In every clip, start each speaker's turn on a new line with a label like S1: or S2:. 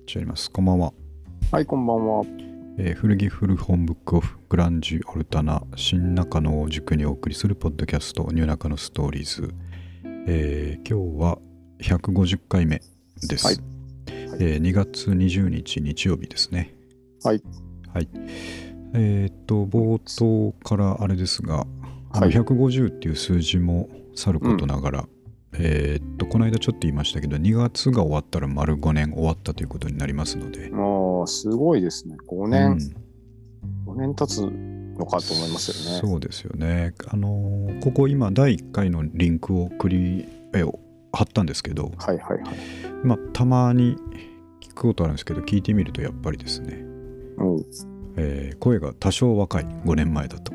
S1: じゃあやります。こんばんは。
S2: はい、こんばんは。
S1: 古着古本ブックオフグランジオルタナ新中野を軸にお送りするポッドキャストニューナカのストーリーズ。今日は150回目です。
S2: はい
S1: 2月20日日曜日ですね。
S2: はい。
S1: はい。冒頭からあれですが、
S2: はい
S1: 150っていう数字もさることながら、この間ちょっと言いましたけど、2月が終わったら丸5年終わったということになりますので。
S2: すごいですね。5年経つのかと思いますよね。
S1: そうですよね。ここ今第1回のリンクを貼ったんですけど、
S2: はいはいはい。
S1: たまに聞くことあるんですけど、聞いてみるとやっぱりですね、声が多少若い、5年前だと。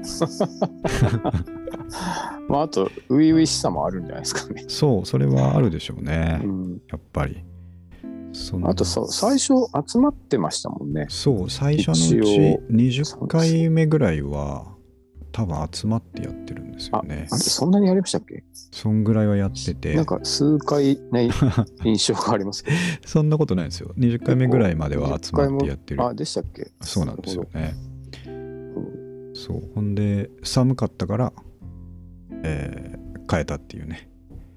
S2: あと初々しさもあるんじゃないですかね。
S1: そう、それはあるでしょうね。やっぱり。
S2: あと最初集まってましたもんね。
S1: そう、最初のうち20回目ぐらいは多分集まってやってるんですよね。
S2: そんなにやりましたっけ？
S1: そんぐらいはやってて。
S2: なんか数回ね、印象がありますけど。
S1: そんなことないですよ。20回目ぐらいまでは集まってやってる。
S2: でしたっけ？
S1: そうなんですよね。そう。ほんで、寒かったから、変えたっていうね。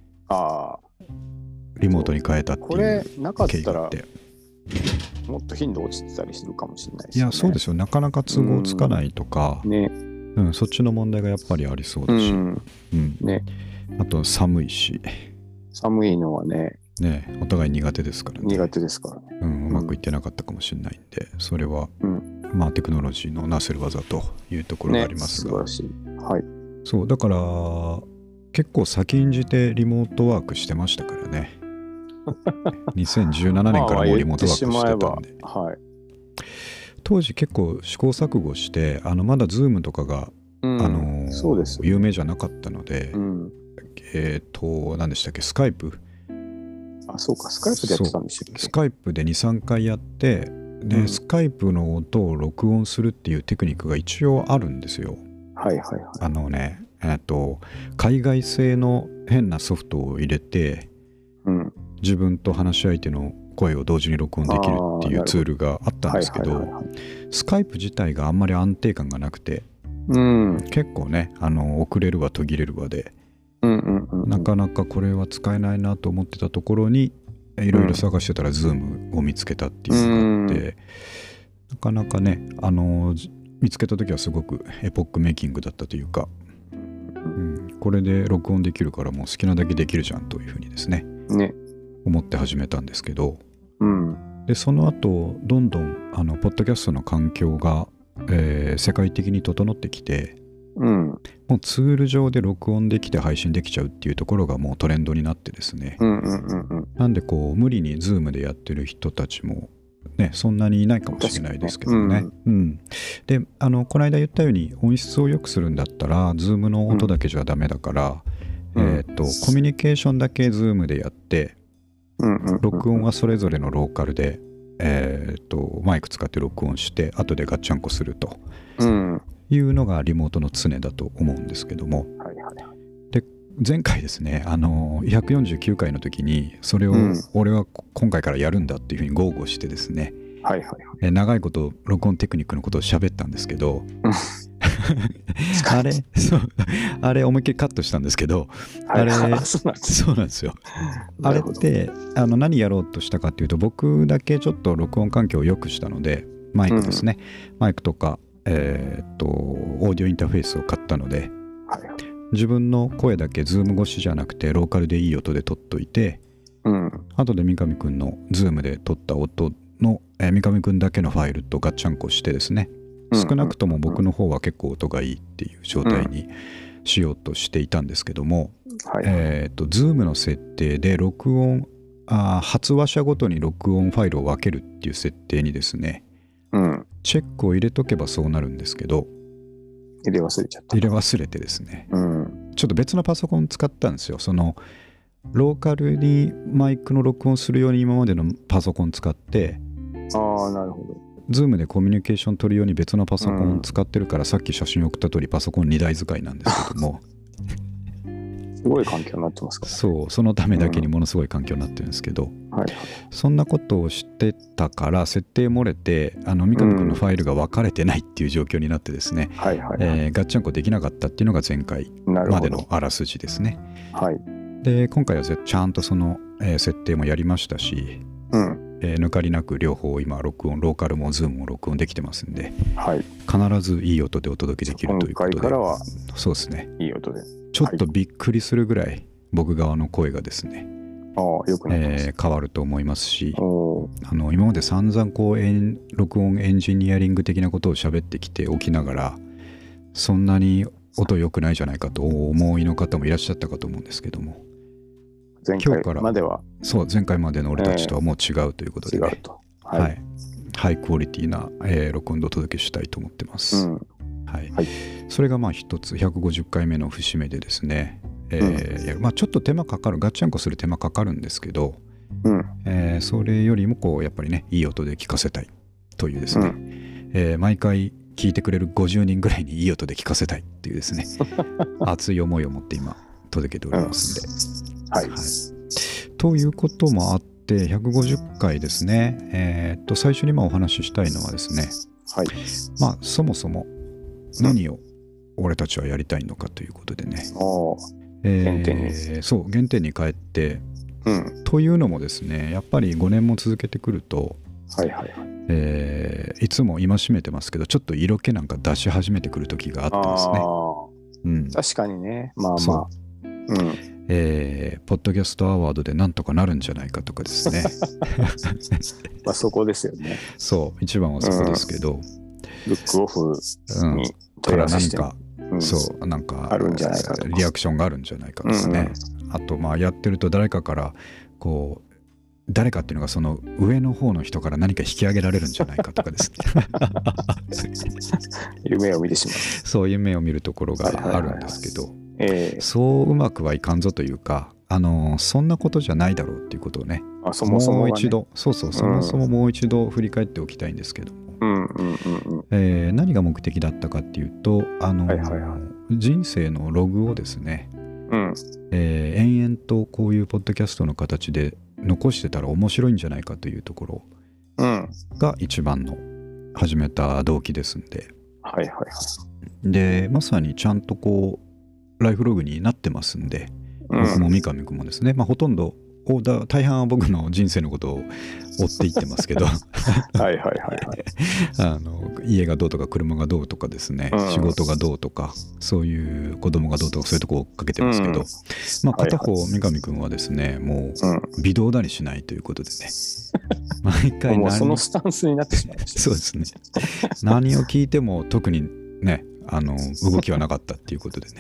S1: リモートに変えたっていう。
S2: これなかったらもっと頻度落ちてたりするかもしれないですね。
S1: いや、そうですよ。なかなか都合つかないとか、そっちの問題がやっぱりありそうだし、あと寒いし。
S2: 寒いのはね、
S1: お互い苦手ですからね。
S2: 苦手ですからね。
S1: うまくいってなかったかもしれないんで、それは、テクノロジーのなせる技というところがありますが、
S2: 素晴らしい。はい。
S1: そうだから結構先んじてリモートワークしてましたからね。2017年からもうリモートワークしてたんで、当時結構試行錯誤して、まだ Zoom とかが、
S2: そうです
S1: 有名じゃなかったので、何でしたっけ、スカイプ。
S2: そうか、スカイプでやってたんでしたっけ？
S1: スカイプで 2,3 回やって、で、スカイプの音を録音するっていうテクニックが一応あるんですよ。
S2: はいはいはい。
S1: 海外製の変なソフトを入れて、自分と話し相手の声を同時に録音できるっていうツールがあったんですけど、スカイプ自体があんまり安定感がなくて、結構ね、遅れるわ途切れるわで、なかなかこれは使えないなと思ってたところにいろいろ探してたら Zoom を見つけたっていうのがあって、なかなかね、見つけた時はすごくエポックメイキングだったというか、これで録音できるからもう好きなだけできるじゃんというふうにですね、思って始めたんですけど、でその後どんどんポッドキャストの環境が、世界的に整ってきて、もうツール上で録音できて配信できちゃうっていうところがもうトレンドになってですね、なんでこう無理に Zoom でやってる人たちもね、そんなにいないかもしれないですけどね。で、この間言ったように音質を良くするんだったら Zoom の音だけじゃダメだから、コミュニケーションだけ Zoom でやって、録音はそれぞれのローカルで、マイク使って録音して後でガッチャンコするというのがリモートの常だと思うんですけども、で前回ですね、149回の時にそれを俺は今回からやるんだっていうふうに豪語してですね、長いこと録音テクニックのことを喋ったんですけどあれ思いっきりカットしたんですけど、そうなんですよ。あれって何やろうとしたかっていうと、僕だけちょっと録音環境を良くしたので、マイクですね、マイクとかオーディオインターフェースを買ったので、自分の声だけズーム越しじゃなくてローカルでいい音で撮っといて、後で三上くんのズームで撮った音の、三上くんだけのファイルとガッチャンコしてですね、少なくとも僕の方は結構音がいいっていう状態にしようとしていたんですけども、ズームの設定で録音発話者ごとに録音ファイルを分けるっていう設定にですね、チェックを入れとけばそうなるんですけど、
S2: 入れ忘れちゃった。
S1: 入れ忘れてですね、ちょっと別のパソコン使ったんですよ。そのローカルにマイクの録音するように今までのパソコン使って、
S2: なるほど。
S1: Zoom でコミュニケーション取るように別のパソコンを使ってるから、さっき写真送った通りパソコン2台使いなんですけども
S2: すごい環境になってますからね。
S1: そう、そのためだけにものすごい環境になってるんですけど、
S2: はい、
S1: そんなことをしてたから設定漏れて三上君のファイルが分かれてないっていう状況になってですね、ガッチャンコできなかったっていうのが前回までのあらすじですね。
S2: はい、で
S1: 今回はちゃんとその、設定もやりましたし、抜かりなく両方今録音、ローカルもズームも録音できてますんで、
S2: はい、
S1: 必ずいい音でお届けできるということで、
S2: 今回からは
S1: そうですね、
S2: いい音で
S1: ちょっとびっくりするぐらい僕側の声がですね、
S2: よく
S1: 変わると思いますし、今まで散々こう録音エンジニアリング的なことを喋ってきておきながら、そんなに音良くないじゃないかとお思いの方もいらっしゃったかと思うんですけども、
S2: 前回までは
S1: 前回までの俺たちとはもう違うということで、ね、
S2: 違うと、
S1: はい、ハイクオリティな、録音でお届けしたいと思ってます。それがまあ一つ150回目の節目でですね、まあ、ちょっと手間かかる、ガッチャンコする手間かかるんですけど、それよりもこうやっぱりね、いい音で聞かせたいというですね、毎回聞いてくれる50人ぐらいにいい音で聞かせたいっていうですね熱い思いを持って今届けておりますんで、ということもあって150回ですね、最初にお話ししたいのはですね、まあそもそも何を俺たちはやりたいのかということでね、原点に帰って、というのもですね、やっぱり5年も続けてくると、いつも戒めてますけど、ちょっと色気なんか出し始めてくる時があってですね、
S2: 確かにね、まあまあ、
S1: ポッドキャストアワードでなんとかなるんじゃないかとかですね
S2: まあそこですよね。
S1: そう一番はそこですけど、
S2: ブックオフに
S1: から何か、そうなんか
S2: あるんじゃないかと、
S1: リアクションがあるんじゃないかですね、あとまあやってると誰かからこう誰かっていうのがその上の方の人から何か引き上げられるんじゃないかとかですね
S2: 夢を見てしまう、
S1: そういう夢を見るところがあるんですけど、そううまくはいかんぞというか、そんなことじゃないだろうっていうことをね、
S2: そもそも、
S1: もう一度そもそももう一度振り返っておきたいんですけども、何が目的だったかっていうと、人生のログをですね、延々とこういうポッドキャストの形で残してたら面白いんじゃないかというところが一番の始めた動機ですんで、でまさにちゃんとこうライフログになってますんで、僕も三上君もですね、まあほとんど大半は僕の人生のことを追っていってますけど家がどうとか車がどうとかですね、仕事がどうとか、そういう子供がどうとか、そういうとこを追っかけてますけど、まあ片方三上君はですね、もう微動だにしないということでね、毎回
S2: もうそのスタンスになってしまいました。
S1: そうですね、何を聞いても特にね動きはなかったっていうことでね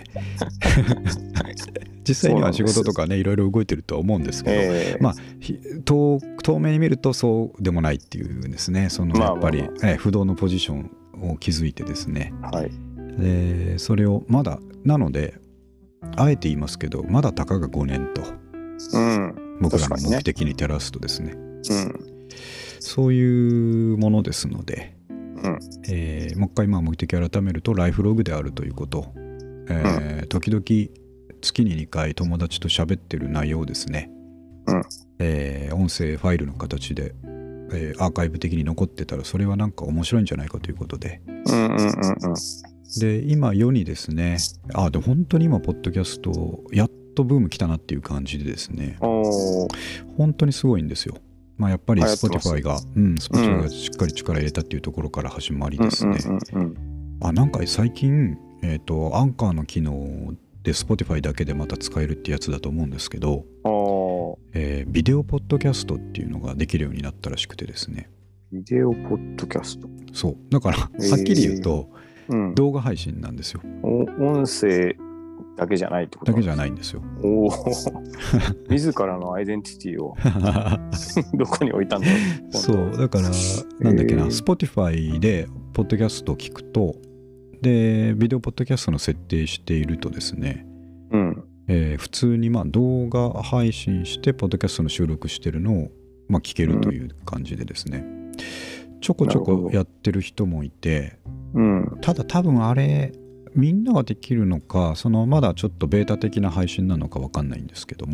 S1: 実際には仕事とかねいろいろ動いてるとは思うんですけど、まあ遠目に見るとそうでもないっていうですね、そのやっぱり不動のポジションを築いてですね、でそれをまだなのであえて言いますけど、まだたかが5年と、僕らの目的に照らすとですね、そういうものですので、もう一回目的を改めるとライフログであるということ、時々月に2回友達と喋ってる内容をですね、音声ファイルの形で、アーカイブ的に残ってたらそれはなんか面白いんじゃないかということで、で今世にですね、で本当に今ポッドキャストやっとブーム来たなっていう感じでですね、本当にすごいんですよ。まあ、やっぱり Spotify がしっかり力入れたっていうところから始まりですね、なんか最近、アンカーの機能で Spotify だけでまた使えるってやつだと思うんですけど、ビデオポッドキャストっていうのができるようになったらしくてですね。
S2: ビデオポッドキャスト、
S1: そうだからはっきり言うと、動画配信なんですよ。
S2: 音声だけじゃないってこと
S1: だけじゃないんですよ。
S2: 自らのアイデンティティをどこに置いたんだろう。
S1: そうだからなんだっけな、Spotify でポッドキャストを聞くと、でビデオポッドキャストの設定しているとですね、普通に動画配信してポッドキャストの収録してるのを聞けるという感じでですね、ちょこちょこやってる人もいて、ただ多分あれみんなができるのか、そのまだちょっとベータ的な配信なのか分かんないんですけども、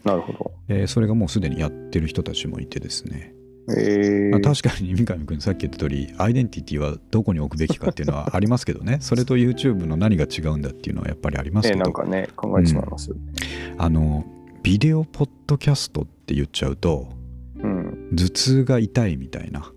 S2: なるほど。
S1: それがもうすでにやってる人たちもいてですね。確かに三上君さっき言った通りアイデンティティはどこに置くべきかっていうのはありますけどね。それと YouTube の何が違うんだっていうのはやっぱりありますけど、
S2: なんかね考えてしまいますよね。
S1: ビデオポッドキャストって言っちゃうと、頭痛が痛いみたいな、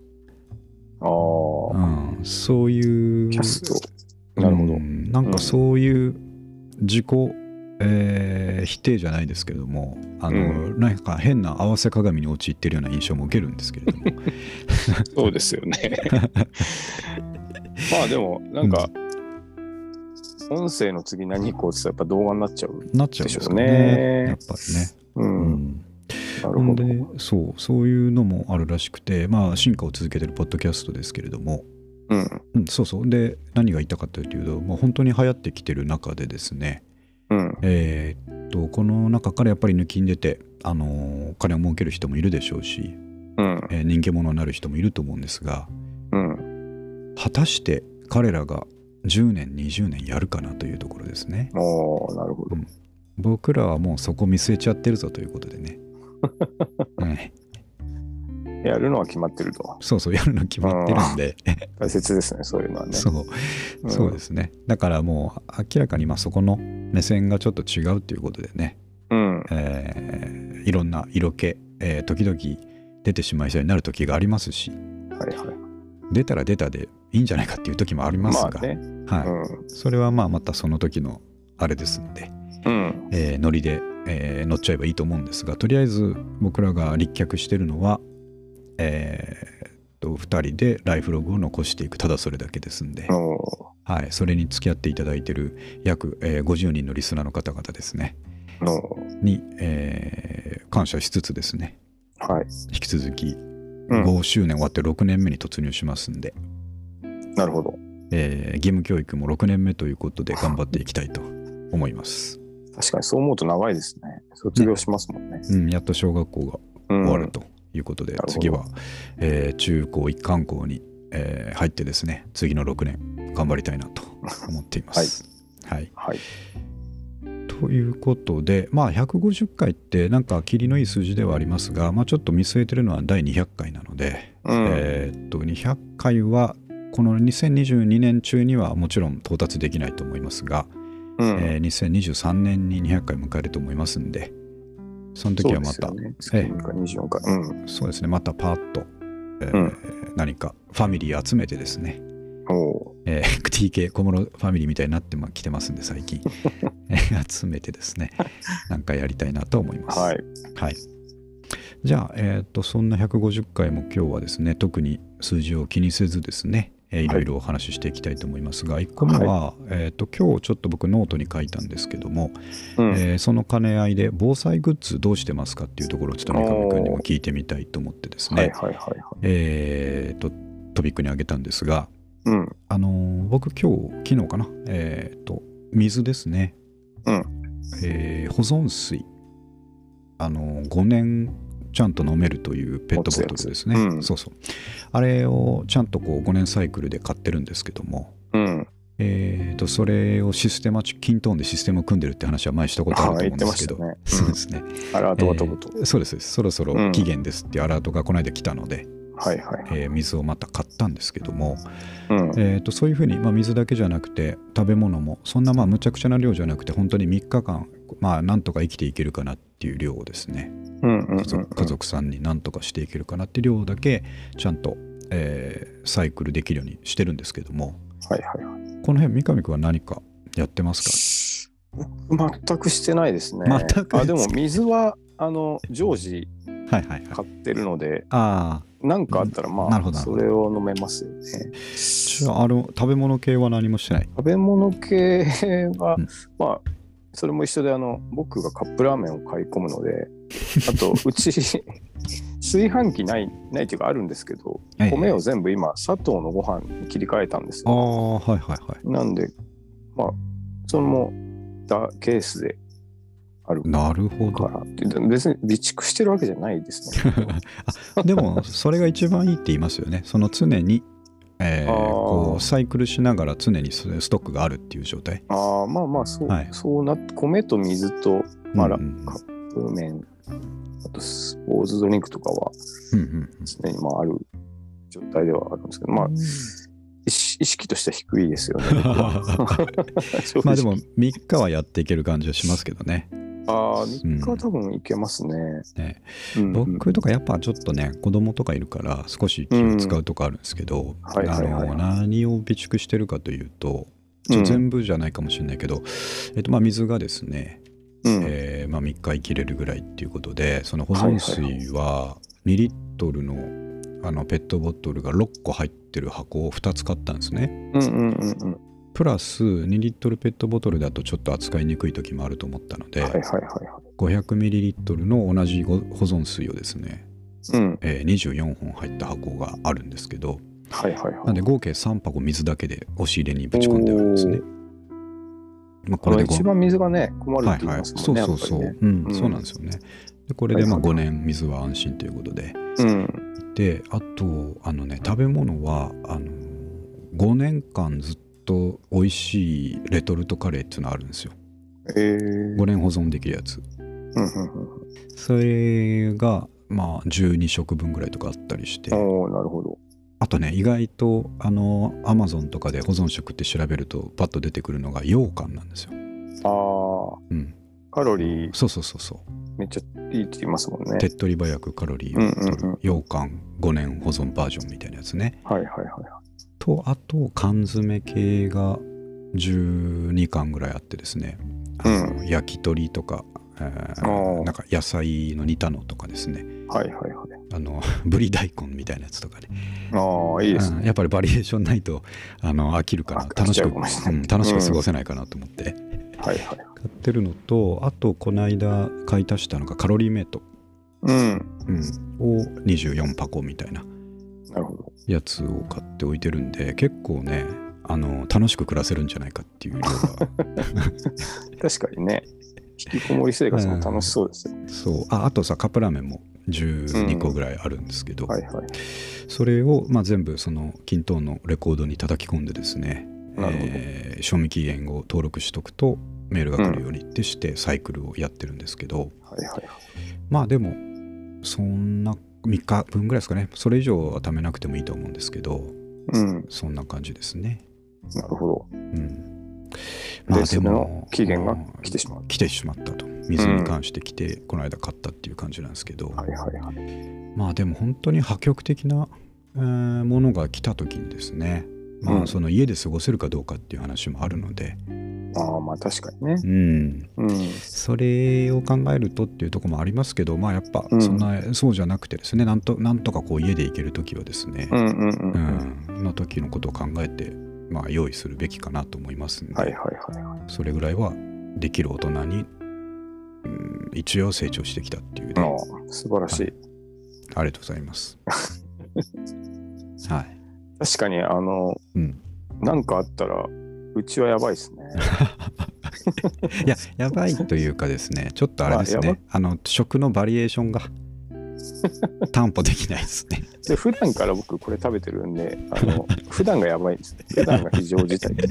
S1: そういう
S2: キャスト、なるほど、
S1: なんかそういう自己、否定じゃないですけれども、なんか変な合わせ鏡に陥ってるような印象も受けるんですけれども
S2: そうですよねまあでもなんか、音声の次何行こうって言ったらやっぱ動画になっちゃうでしょうね。
S1: やっぱりね。なるほど。でそういうのもあるらしくて、まあ進化を続けてるポッドキャストですけれども、そうで何が言いたかったというと、もう本当に流行ってきてる中でですね、この中からやっぱり抜きん出て、金を儲ける人もいるでしょうし、人気者になる人もいると思うんですが、果たして彼らが10年20年やるかなというところですね。
S2: なるほど、
S1: 僕らはもうそこ見据えちゃってるぞということでね
S2: やるのは決まってると。
S1: そうやるの決まってるんで
S2: 大切ですね、そういうのはね。
S1: そうですね。だからもう明らかにそこの目線がちょっと違うということでね、いろんな色気、時々出てしまいそうになる時がありますし、出たら出たでいいんじゃないかっていう時もありますが、それはまたその時のあれですので、ノリで、乗っちゃえばいいと思うんですが、とりあえず僕らが立脚してるのは2人でライフログを残していく、ただそれだけですんで、それに付き合っていただいている約、50人のリスナーの方々ですねに、感謝しつつですね、引き続き5周年終わって6年目に突入しますんで、
S2: なるほど、
S1: 義務教育も6年目ということで頑張っていきたいと思います。
S2: 確かにそう思うと長いですね。卒業しますもんね。
S1: やっと小学校が終わるということで、次は、中高一貫校に、入ってですね、次の6年頑張りたいなと思っています。ということで、150回ってなんか切りのいい数字ではありますが、ちょっと見据えてるのは第200回なので、200回はこの2022年中にはもちろん到達できないと思いますが、2023年に200回迎えると思いますんで、その時はまた、そうですね、またパーッと、何かファミリー集めてですね、TK 小室ファミリーみたいになってきてますんで最近集めてですね、なんかやりたいなと思います。じゃあ、そんな150回も今日はですね、特に数字を気にせずですね、いろいろお話ししていきたいと思いますが、1個目は、今日ちょっと僕ノートに書いたんですけども、その兼ね合いで防災グッズどうしてますかっていうところをちょっと三上君にも聞いてみたいと思ってですね、トピックに挙げたんですが、僕昨日かな、水ですね、保存水、5年ちゃんと飲めるというペットボトルですね。あれをちゃんと5年サイクルで買ってるんですけども、それをシステマキントーンでシステムを組んでるって話は前したことあると思うんですけど、そうですね、
S2: アラートが飛ぶと、
S1: そうです、そろそろ期限ですっていうアラートがこの間来たので、水をまた買ったんですけども、そういうふうに、水だけじゃなくて食べ物もそんなむちゃくちゃな量じゃなくて、本当に3日間なんとか生きていけるかなっていう量をですね、家族さんになんとかしていけるかなっていう量だけちゃんと、サイクルできるようにしてるんですけども、この辺三上君は何かやってます
S2: か？僕全くしてないですね。でも水は常時買ってるので、何かあったらそれを飲めますよね。
S1: じゃあ食べ物系は何もしてない？
S2: 食べ物系は、それも一緒で僕がカップラーメンを買い込むので、あとうち炊飯器ないっていうかあるんですけど、米を全部今砂糖のご飯に切り替えたんですよ。なんでそれもケースであるから。
S1: なるほど。
S2: 別に備蓄してるわけじゃないですね。
S1: でもそれが一番いいって言いますよね。その常にサイクルしながら常にストックがあるっていう状態。
S2: そう米と水とカッププ麺、あとスポーツドリンクとかは常にある状態ではあるんですけど、意識としては低いですよね。
S1: まあでも3日はやっていける感じはしますけどね。
S2: 3日は多分いけますね。
S1: 僕とかやっぱちょっとね、子供とかいるから少し気を使うとかあるんですけど、何を備蓄してるかというと、全部じゃないかもしれないけど、水がですね、3日生きれるぐらいっていうことで、その保存水は2リットルのペットボトルが6個入ってる箱を2つ買ったんですね。プラス2リットルペットボトルだとちょっと扱いにくい時もあると思ったので、500ミリリットルの同じ保存水をですね、24本入った箱があるんですけど、なんで合計3箱水だけで押し入れにぶち込んであるんですね。
S2: これで一番水がね困るって言いますもんね。
S1: そうなんですよね。でこれで5年水は安心ということで、であと食べ物は5年間ずっと美味しいレトルトカレーっていうのあるんですよ。5年保存できるやつ。それが12食分ぐらいとかあったりして。
S2: なるほど。
S1: あとね、意外とAmazon とかで保存食って調べるとパッと出てくるのが羊羹なんですよ。
S2: カロリー
S1: そう
S2: めっちゃいいって言いますもんね。
S1: 手っ取り早くカロリーを取る羊羹5年保存バージョンみたいなやつね。とあと缶詰系が12缶ぐらいあってですね、焼き鳥とか、なんか野菜の煮たのとかですね、ぶり大根みたいなやつとかね。
S2: いいですね。
S1: やっぱりバリエーションないと飽きるかな、楽しく過ごせないかなと思って買ってるのと、あとこの間買い足したのがカロリーメイト、を24箱みたいなやつを買っておいてるんで、結構ね楽しく暮らせるんじゃないかっていう量が
S2: 確かにね、引きこもり生活も楽しそうですよね。
S1: あとさ、カップラーメンも12個ぐらいあるんですけど、それを全部その均等のレコードに叩き込んでですね、賞味期限を登録しとくとメールが来るようにってしてサイクルをやってるんですけど、でもそんな3日分ぐらいですかね。それ以上は貯めなくてもいいと思うんですけど、そんな感じですね。
S2: なるほど。でも期限が来てしまったと。水に関して来て、この間買ったっていう感じなんですけど、
S1: でも本当に破局的なものが来た時にですね、その家で過ごせるかどうかっていう話もあるので、
S2: 確かにね、
S1: それを考えるとっていうところもありますけど、やっぱそうじゃなくてですね、なんとかこう家で行ける時はですね、の時のことを考えて用意するべきかなと思いますんで、それぐらいはできる大人に、一応成長してきたっていうね。
S2: 素晴らしい、
S1: ありがとうございます
S2: 確かになんかあったらうちはやばいですね。
S1: いや、やばいというかですね、ちょっとあれですね、食のバリエーションが担保できないですね。
S2: で普段から僕これ食べてるんで、普段がやばいんですね。普段が非常事態で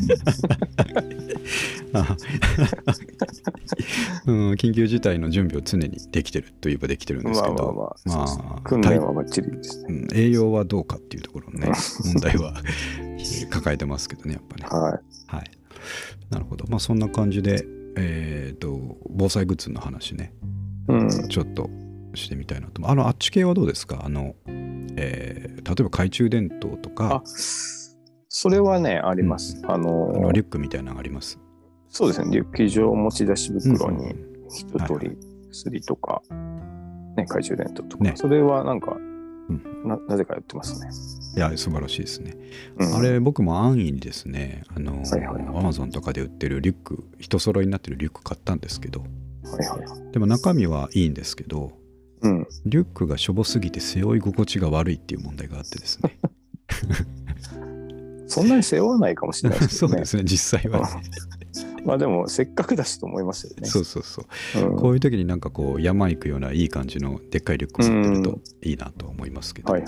S1: 緊急事態の準備を常にできてるといえばできてるんですけど、
S2: 訓練はバッチリですね。
S1: 栄養はどうかっていうところのね問題は抱えてますけどね、やっぱね。なるほど。そんな感じで防災グッズの話ね、ちょっとしてみたいなと。あっち系はどうですか？例えば懐中電灯とか。
S2: それはね、あります。
S1: リュックみたいなのがあります。
S2: そうですね。リュック状持ち出し袋に一通り薬とか、懐中電灯とか、それはなんか、なぜかやってますね。
S1: いや、素晴らしいですね。あれ、僕も安易にですね、Amazon とかで売ってるリュック、一揃いになってるリュック買ったんですけど、でも中身はいいんですけど、リュックがしょぼすぎて背負い心地が悪いっていう問題があってですね。
S2: そんなに背負わないかもしれないですね。
S1: そうですね、実際はね。
S2: でもせっかくだしと思いますよね。
S1: こういう時になんかこう山行くようないい感じのでっかいリュックを持ってるといいなと思いますけど、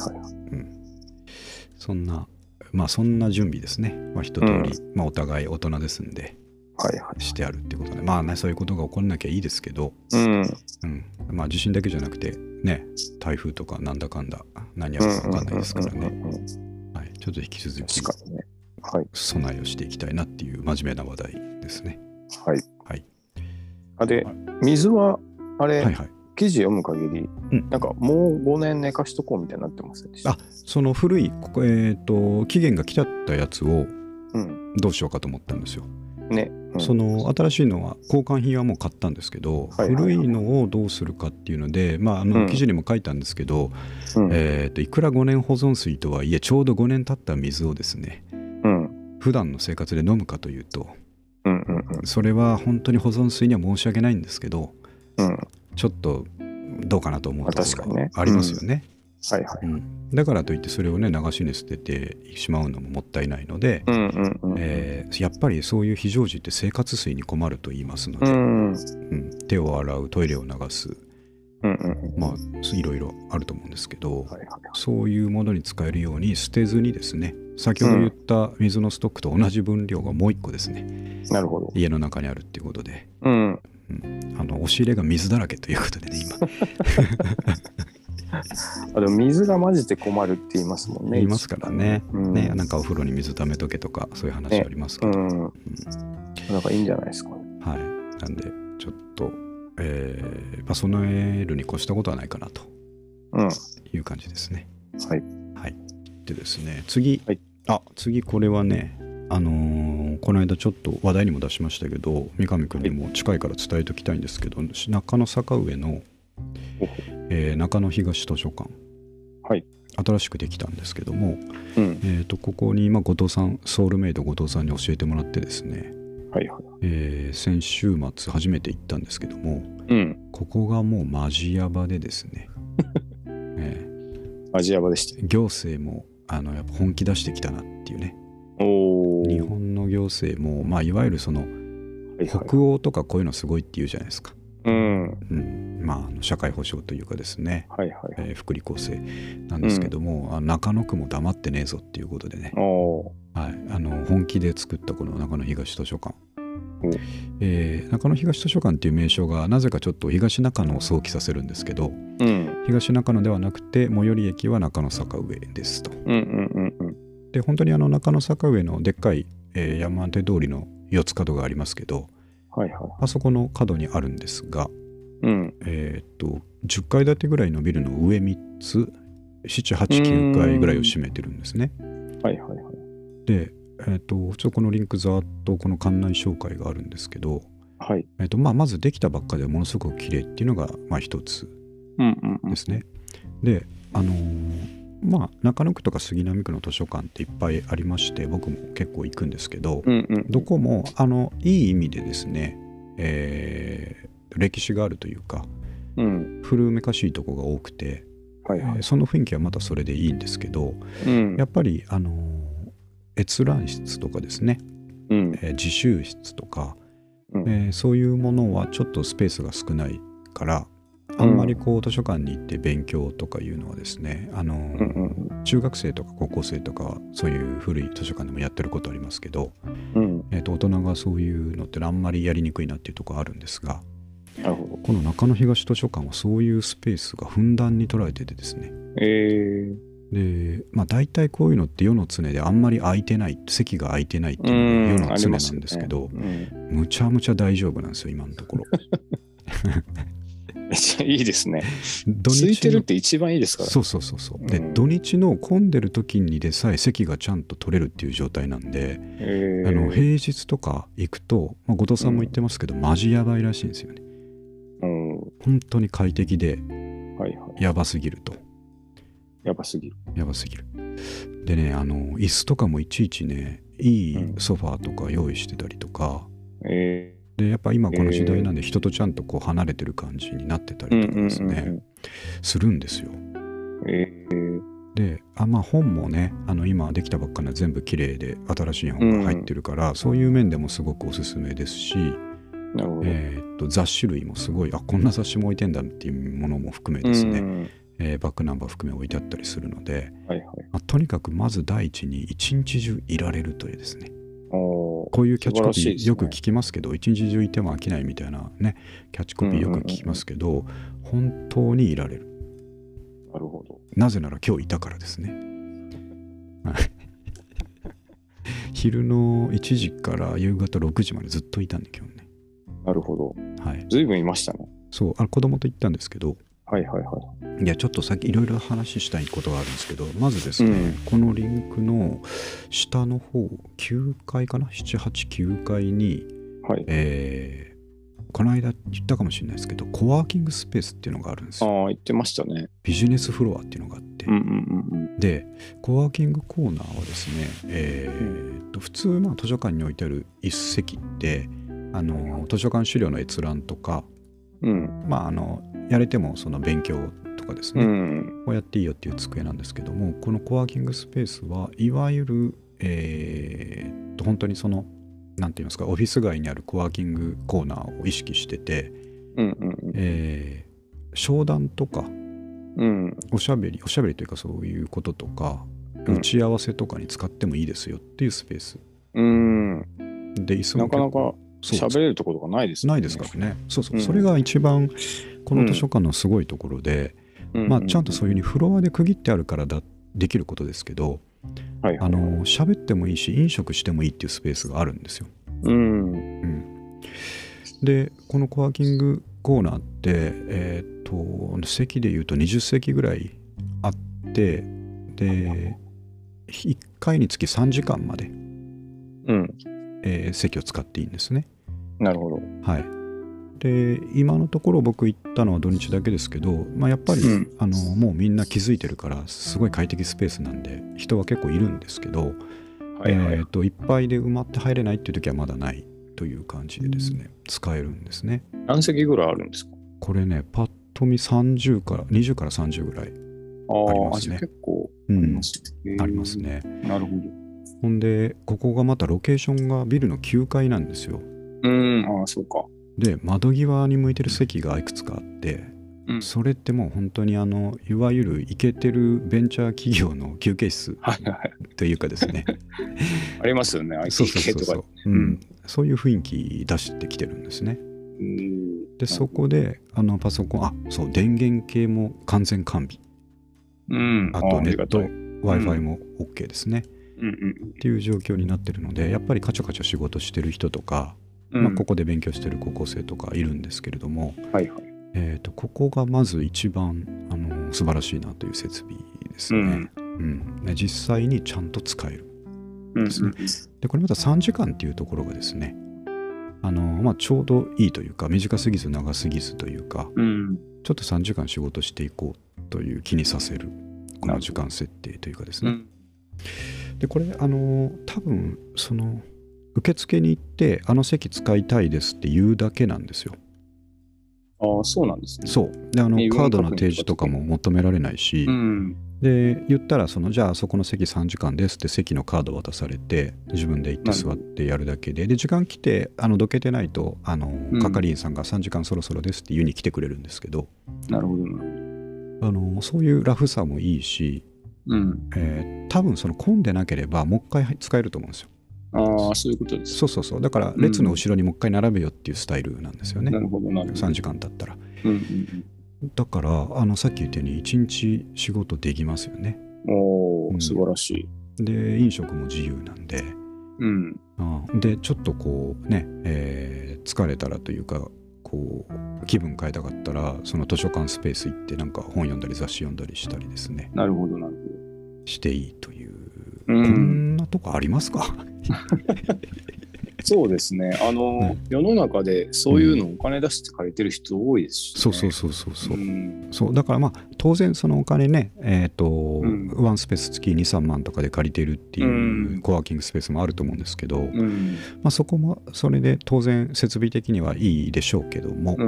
S1: そんな準備ですね。一通り、お互い大人ですんで、 してあるってことで、まあね、そういうことが起こらなきゃいいですけど、まあ地震だけじゃなくてね、台風とかなんだかんだ何やるか分かんないですからね。はい、ちょっと引き続き備えをしていきたいなっていう真面目な話題ですね。
S2: はい。で、水はあれ、記事読む限り、なんかもう5年寝かしとこうみたいになってますでしょ。
S1: その古い、期限が来ちゃったやつをどうしようかと思ったんですよ。その新しいのは交換品はもう買ったんですけど、古いのをどうするかっていうので、記事にも書いたんですけど、いくら5年保存水とはいえちょうど5年経った水をですね、普段の生活で飲むかというと、それは本当に保存水には申し訳ないんですけど、ちょっとどうかなと思うところがありますよね。だからといってそれをね流しに捨ててしまうのももったいないので、やっぱりそういう非常時って生活水に困ると言いますので、手を洗う、トイレを流す、まあいろいろあると思うんですけど、そういうものに使えるように捨てずにですね、先ほど言った水のストックと同じ分量がもう一個ですね、家の中にあるっていうことで、押し入れが水だらけということでね今
S2: でも水が混じて困るって言いますもんね。
S1: 言いますからね。なんかお風呂に水溜めとけとかそういう話ありますけど、なん
S2: かいいんじゃないですかね。
S1: なんでちょっと、備えるに越したことはないかなという感じですね。でですね、次これはね、この間ちょっと話題にも出しましたけど、三上君にも近いから伝えておきたいんですけど、中野坂上の中野東図書館、新しくできたんですけども、ここに今後藤さん、ソウルメイド後藤さんに教えてもらってですね、先週末初めて行ったんですけども、ここがもうマジヤバでですね
S2: マジヤバでした。
S1: 行政もやっぱ本気出してきたなっていうね。日本の行政も、いわゆるその、北欧とかこういうのすごいって言うじゃないですか。社会保障というかですね、福利厚生なんですけども、中野区も黙ってねえぞっていうことでね、本気で作ったこの中野東図書館、中野東図書館っていう名称がなぜかちょっと東中野を想起させるんですけど、東中野ではなくて最寄り駅は中野坂上ですと。で本当に中野坂上のでっかい、山手通りの四つ角がありますけど、あそこの角にあるんですが、10階建てぐらいのビルの上3つ、7、8、9階ぐらいを占めてるんですね。で、ちょっとこのリンクざーっとこの館内紹介があるんですけど、まずできたばっかでものすごく綺麗っていうのが一つですね。で、中野区とか杉並区の図書館っていっぱいありまして、僕も結構行くんですけど、どこもいい意味でですね、歴史があるというか、古めかしいとこが多くて、その雰囲気はまたそれでいいんですけど、やっぱり閲覧室とかですね、自習室とか、そういうものはちょっとスペースが少ないから、あんまりこう図書館に行って勉強とかいうのはですね、中学生とか高校生とかそういう古い図書館でもやってることありますけど、大人がそういうのってあんまりやりにくいなっていうところあるんですが、この中野東図書館はそういうスペースがふんだんに捉えててですね、で大体こういうのって世の常であんまり空いてない、席が空いてないっていうのが世の常なんですけど、むちゃむちゃ大丈夫なんですよ今のところ。
S2: めっちゃいいですね。空いてるって一番いいですから。
S1: そうで、土日の混んでる時にでさえ席がちゃんと取れるっていう状態なんで、平日とか行くと、後藤さんも言ってますけど、マジやばいらしいんですよね。本当に快適で、やばすぎると。やばすぎる。でね、椅子とかもいちいちね、いいソファーとか用意してたりとか、でやっぱ今この時代なんで人とちゃんとこう離れてる感じになってたりとかですね、するんですよ。で本もね、今できたばっかりの全部綺麗で新しい本が入ってるから、そういう面でもすごくおすすめですし、雑誌類もすごい、こんな雑誌も置いてんだっていうものも含めですね、バックナンバー含め置いてあったりするので、とにかくまず第一に一日中いられるというですね、 こういうキャッチコピーよく聞きますけど、一日中いても飽きないみたいなね、キャッチコピーよく聞きますけど、本当にいられる。
S2: なるほど。
S1: なぜなら今日いたからですね。昼の1時から夕方6時までずっといたんで、今日ね。
S2: なるほど。
S1: はい。
S2: ずいぶんいましたね。
S1: そう、子供と行ったんですけど、
S2: はいはいはい。
S1: いや、ちょっとさっきいろいろ話したいことがあるんですけど、まずですね、このリンクの下の方、9階かな ?7、8、9階に、
S2: はい、
S1: この間言ったかもしれないですけど、コワーキングスペースっていうのがあるんですよ。
S2: ああ、言ってましたね。
S1: ビジネスフロアっていうのがあって、で、コワーキングコーナーはですね、普通、図書館に置いてある一席って、図書館資料の閲覧とか、やれてもその勉強とかですね、をやっていいよっていう机なんですけども、このコワーキングスペースはいわゆる、本当にそのなんて言いますか、オフィス街にあるコワーキングコーナーを意識してて、商談とか、おしゃべりというかそういうこととか、打ち合わせとかに使ってもいいですよっていうスペース。で、
S2: なかなか喋れるところがないですね。
S1: ないですからね。そうそう、それが一番この図書館のすごいところで、ちゃんとそういうふうにフロアで区切ってあるからできることですけど、喋ってもいいし飲食してもいいっていうスペースがあるんですよ。で、このコワーキングコーナーって、席でいうと20席ぐらいあって、で1回につき3時間まで、席を使っていいんですね。
S2: なるほど。
S1: はい。で、今のところ僕行ったのは土日だけですけど、やっぱり、もうみんな気づいてるからすごい快適スペースなんで人は結構いるんですけど、いっぱいで埋まって入れないっていう時はまだないという感じでですね、使えるんですね。
S2: 何席ぐらいあるんですか？
S1: これね、パッと見20から30ぐらいありますね。
S2: 結構ありますね。
S1: ありますね。
S2: なるほど。
S1: ほんで、ここがまたロケーションがビルの9階なんですよ。
S2: そうか。
S1: で、窓際に向いてる席がいくつかあって、それってもう本当にいわゆるイケてるベンチャー企業の休憩室というかですね
S2: ありますよね、IT 系とか。
S1: そういう雰囲気出してきてるんですね。で、そこでパソコン、そう、電源系も完全完備、あとネット Wi-Fi も OK ですね、っていう状況になってるので、やっぱりカチャカチャ仕事してる人とか、ここで勉強してる高校生とかいるんですけれども、ここがまず一番素晴らしいなという設備ですね。実際にちゃんと使えるですね。で、これまた3時間っていうところがですね、ちょうどいいというか、短すぎず長すぎずというか、ちょっと3時間仕事していこうという気にさせるこの時間設定というかですね。で、これ多分その受付に行って席使いたいですって言うだけなんですよ。
S2: そうなんですね。
S1: そうで、カードの提示とかも求められないし、で言ったらじゃあそこの席3時間ですって席のカード渡されて、自分で行って座ってやるだけで、時間来てどけてないと係員さんが3時間そろそろですって言うに来てくれるんですけど、
S2: なるほど。
S1: そういうラフさもいいし、多分混んでなければもう一回使えると思うんですよ。
S2: そういうことです。
S1: そう。だから列の後ろにもう一回並べよっていうスタイルなんですよね。
S2: なるほど。
S1: 3時間経ったら。だからさっき言ったように1日仕事できますよね。
S2: 素晴らし
S1: い。で、飲食も自由なんで、でちょっと疲れたらというか気分変えたかったらその図書館スペース行ってなんか本読んだり雑誌読んだりしたりですね。
S2: なるほど。
S1: していいという、こんなとこありますか？
S2: そうですね。世の中でそういうのをお金出して借りてる人多いですし、
S1: そう。だから当然そのお金ね、ワンスペース月2、3万とかで借りてるっていうコワーキングスペースもあると思うんですけど、そこもそれで当然設備的にはいいでしょうけども、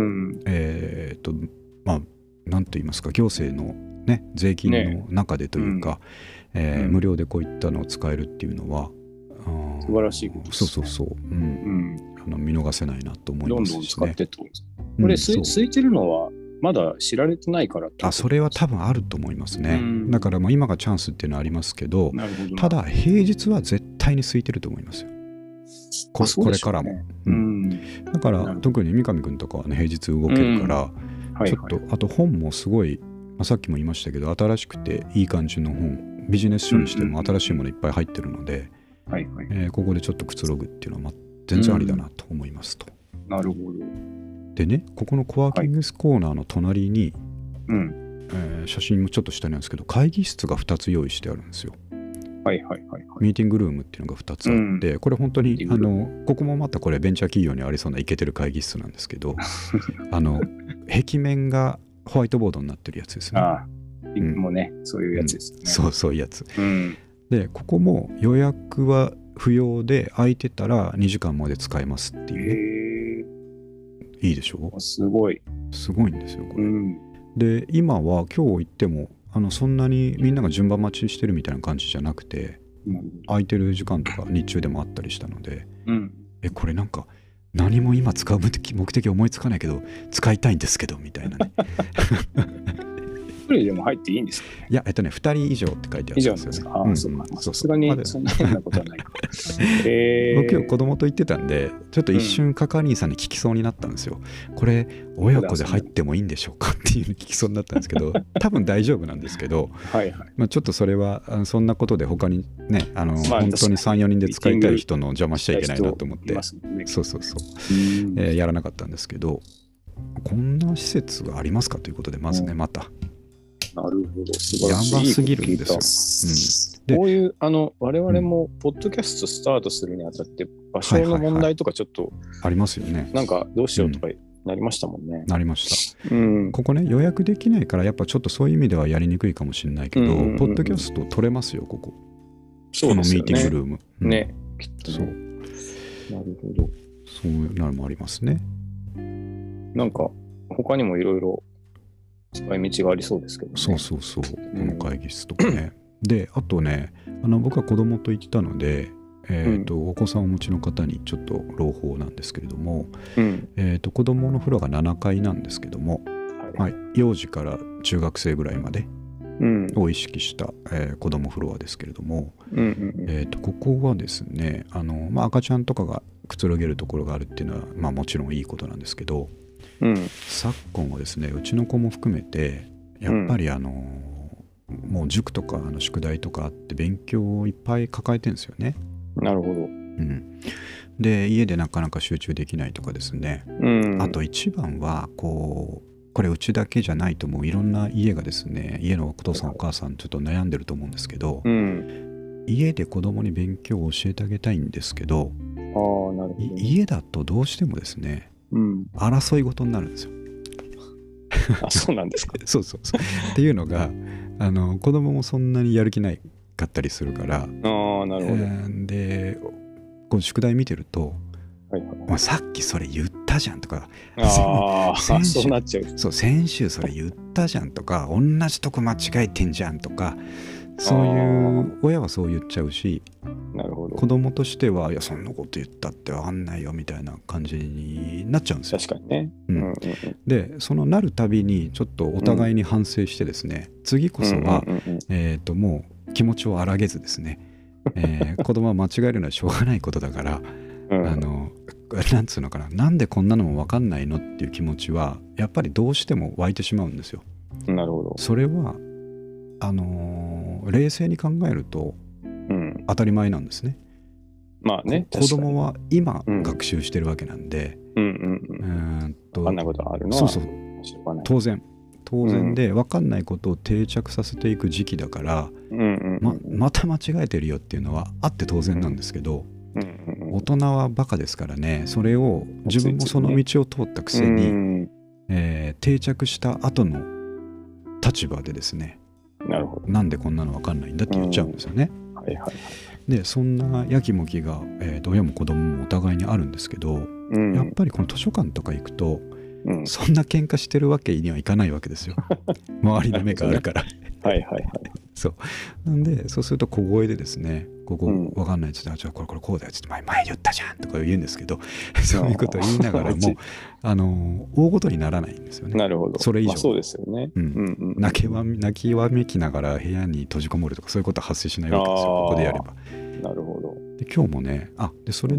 S1: なんと言いますか、行政のね、税金の中でというか、無料でこういったのを使えるっていうのは
S2: 素晴らしいことです。
S1: そう。見逃せないなと思いますしね。
S2: どんどん使ってってことですか。これ空いてるのはまだ知られてないからってことですか？
S1: それは多分あると思いますね。だから今がチャンスっていうのはありますけど、ただ平日は絶対に空いてると思いますよ。 これからも、だから特に三上君とかはね平日動けるから、ちょっとあと本もすごい、さっきも言いましたけど新しくていい感じの本、ビジネス書にしても新しいものいっぱい入ってるので、ここでちょっとくつろぐっていうのは全然ありだなと思いますと。
S2: なるほど。
S1: でね、ここのコワーキングスコーナーの隣に、写真もちょっと下にあるんですけど会議室が2つ用意してあるんですよ。ミーティングルームっていうのが2つあって、これ本当にここもまたこれベンチャー企業にありそうなイケてる会議室なんですけど壁面がホワイトボードになってるやつですね。
S2: もうね、そういうやつですね。
S1: そういうやつ。でここも予約は不要で空いてたら2時間まで使えますっていうね。いいでしょう。すごいんですよこれ。で今は今日行ってもそんなにみんなが順番待ちしてるみたいな感じじゃなくて、空いてる時間とか日中でもあったりしたので、これなんか何も今使う目的思いつかないけど使いたいんですけどみたいなね。
S2: 1人でも入っていいんですかね。
S1: いや2人以上って書いてあるんですよね。
S2: さすがにそんな変なことはないか。
S1: 僕今日子供と行ってたんでちょっと一瞬係員さんに聞きそうになったんですよ。これ親子で入ってもいいんでしょうかっていうの聞きそうになったんですけど多分大丈夫なんですけどちょっとそれはそんなことで他にね本当に 3,4 人で使いたい人の邪魔しちゃいけないなと思ってやらなかったんですけど、こんな施設がありますかということでまずねまた
S2: なるほど、素晴らしい。
S1: やばすぎるんです
S2: よ。こういう我々もポッドキャストスタートするにあたって場所の問題とかちょっと
S1: ありますよね。
S2: なんかどうしようとかなりましたもんね。
S1: なりました。ここね予約できないからやっぱちょっとそういう意味ではやりにくいかもしれないけど、ポッドキャスト撮れますよここ。
S2: そうですよね。
S1: このミーティングルーム。
S2: ね、きっとそう。なるほど。
S1: そういうのもありますね。
S2: なんか他にもいろいろ使い道がありそうですけどね。
S1: そうこの会議室とかね。であとね僕は子供と行ったので、お子さんをお持ちの方にちょっと朗報なんですけれども、子供のフロアが7階なんですけども、幼児から中学生ぐらいまでを意識した、子供フロアですけれども、ここはですね赤ちゃんとかがくつろげるところがあるっていうのは、もちろんいいことなんですけど、昨今はですねうちの子も含めてやっぱりもう塾とか宿題とかあって勉強をいっぱい抱えてるんですよね。
S2: なるほど。
S1: で家でなかなか集中できないとかですね、あと一番はこれうちだけじゃないと思ういろんな家がですね家のお父さんお母さんちょっと悩んでると思うんですけど、家で子供に勉強を教えてあげたいんですけど、
S2: なるほど。
S1: 家だとどうしてもですね争い事になるんですよ。
S2: そうなんですか。
S1: そうっていうのが子供もそんなにやる気ないかったりするから、
S2: なるほど。
S1: でこの宿題見てると、さっきそれ言ったじゃんとか、
S2: そうなっちゃう。
S1: 先週それ言ったじゃんとか同じとこ間違えてんじゃんとか、そういう親はそう言っちゃうし、
S2: なるほど。
S1: 子供としてはいやそんなこと言ったって分かんないよみたいな感じになっちゃうんですよ。
S2: 確かにね。
S1: でそのなるたびにちょっとお互いに反省してですね、次こそはもう気持ちを荒げずですね、子供は間違えるのはしょうがないことだから、なんつうのかな、なんでこんなのも分かんないのっていう気持ちはやっぱりどうしても湧いてしまうんですよ。
S2: なるほど。
S1: それは冷静に考えると当たり前なんですね。子供は今学習してるわけなんで、
S2: 分かんないことがあるのは
S1: 当然で分かんないことを定着させていく時期だから、また間違えてるよっていうのはあって当然なんですけど、大人はバカですからね、それを自分もその道を通ったくせに、定着した後の立場でですね、なんでこんなの分かんないんだって言っちゃうんですよね。でそんなやきもきが、親も子供もお互いにあるんですけど、やっぱりこの図書館とか行くと、そんな喧嘩してるわけにはいかないわけですよ。周りの目があるから。そうなんでそうすると小声でですね、ここ分かんないって言って、じゃあこれこうだよって言って前言ったじゃんとか言うんですけど、そういうことを言いながらも大ごとにならないんですよね。
S2: なるほど。
S1: それ以上、
S2: そうですよね。
S1: 泣きわめきながら部屋に閉じこもるとかそういうことは発生しないわけですよ、ここでやれば。
S2: なるほど。
S1: で今日もねでそれで、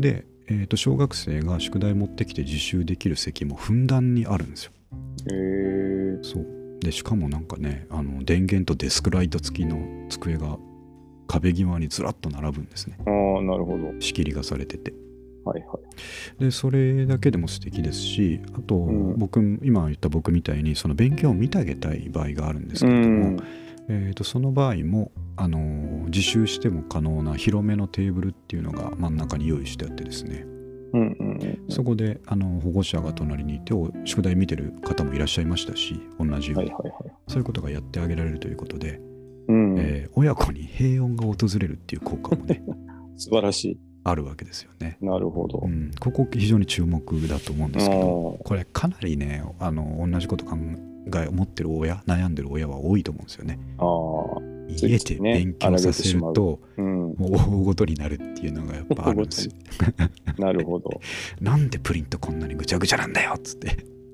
S1: 小学生が宿題持ってきて自習できる席もふんだんにあるんですよ。そうで、しかもなんかね、電源とデスクライト付きの机が壁際にずらっと並ぶんですね。
S2: ああ、なるほど。
S1: 仕切りがされてて。
S2: はいはい。
S1: でそれだけでも素敵ですし、あと、今言った僕みたいにその勉強を見てあげたい場合があるんですけれども、その場合も自習しても可能な広めのテーブルっていうのが真ん中に用意してあってですね、そこで保護者が隣にいて宿題見てる方もいらっしゃいましたし、同じように、そういうことがやってあげられるということで、親子に平穏が訪れるっていう効果もね
S2: 素晴らしい
S1: あるわけですよね。
S2: なるほど、
S1: ここ非常に注目だと思うんですけど、これかなりね同じこと思ってる親、悩んでる親は多いと思うんですよね。家で勉強させると、もう大ごとになるっていうのがやっぱあるんですよ。
S2: なるほど。
S1: なんでプリントこんなにぐちゃぐちゃなんだよっつって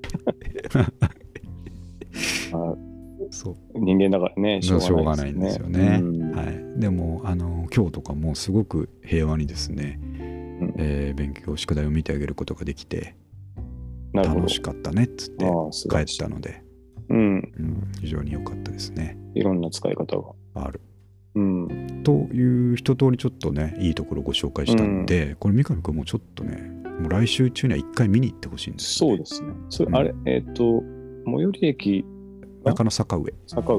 S2: そう人間だからね、
S1: しょうがないんですよね。でも今日とかもすごく平和にですね、勉強宿題を見てあげることができて楽しかったねっつって帰ったので、非常に良かったですね。
S2: いろんな使い方が
S1: ある、という一通りちょっとねいいところをご紹介したんで、これ三上君もちょっとねもう来週中には一回見に行ってほしいんですよね。
S2: そうですね。それ、あれ最寄り駅
S1: 中野坂上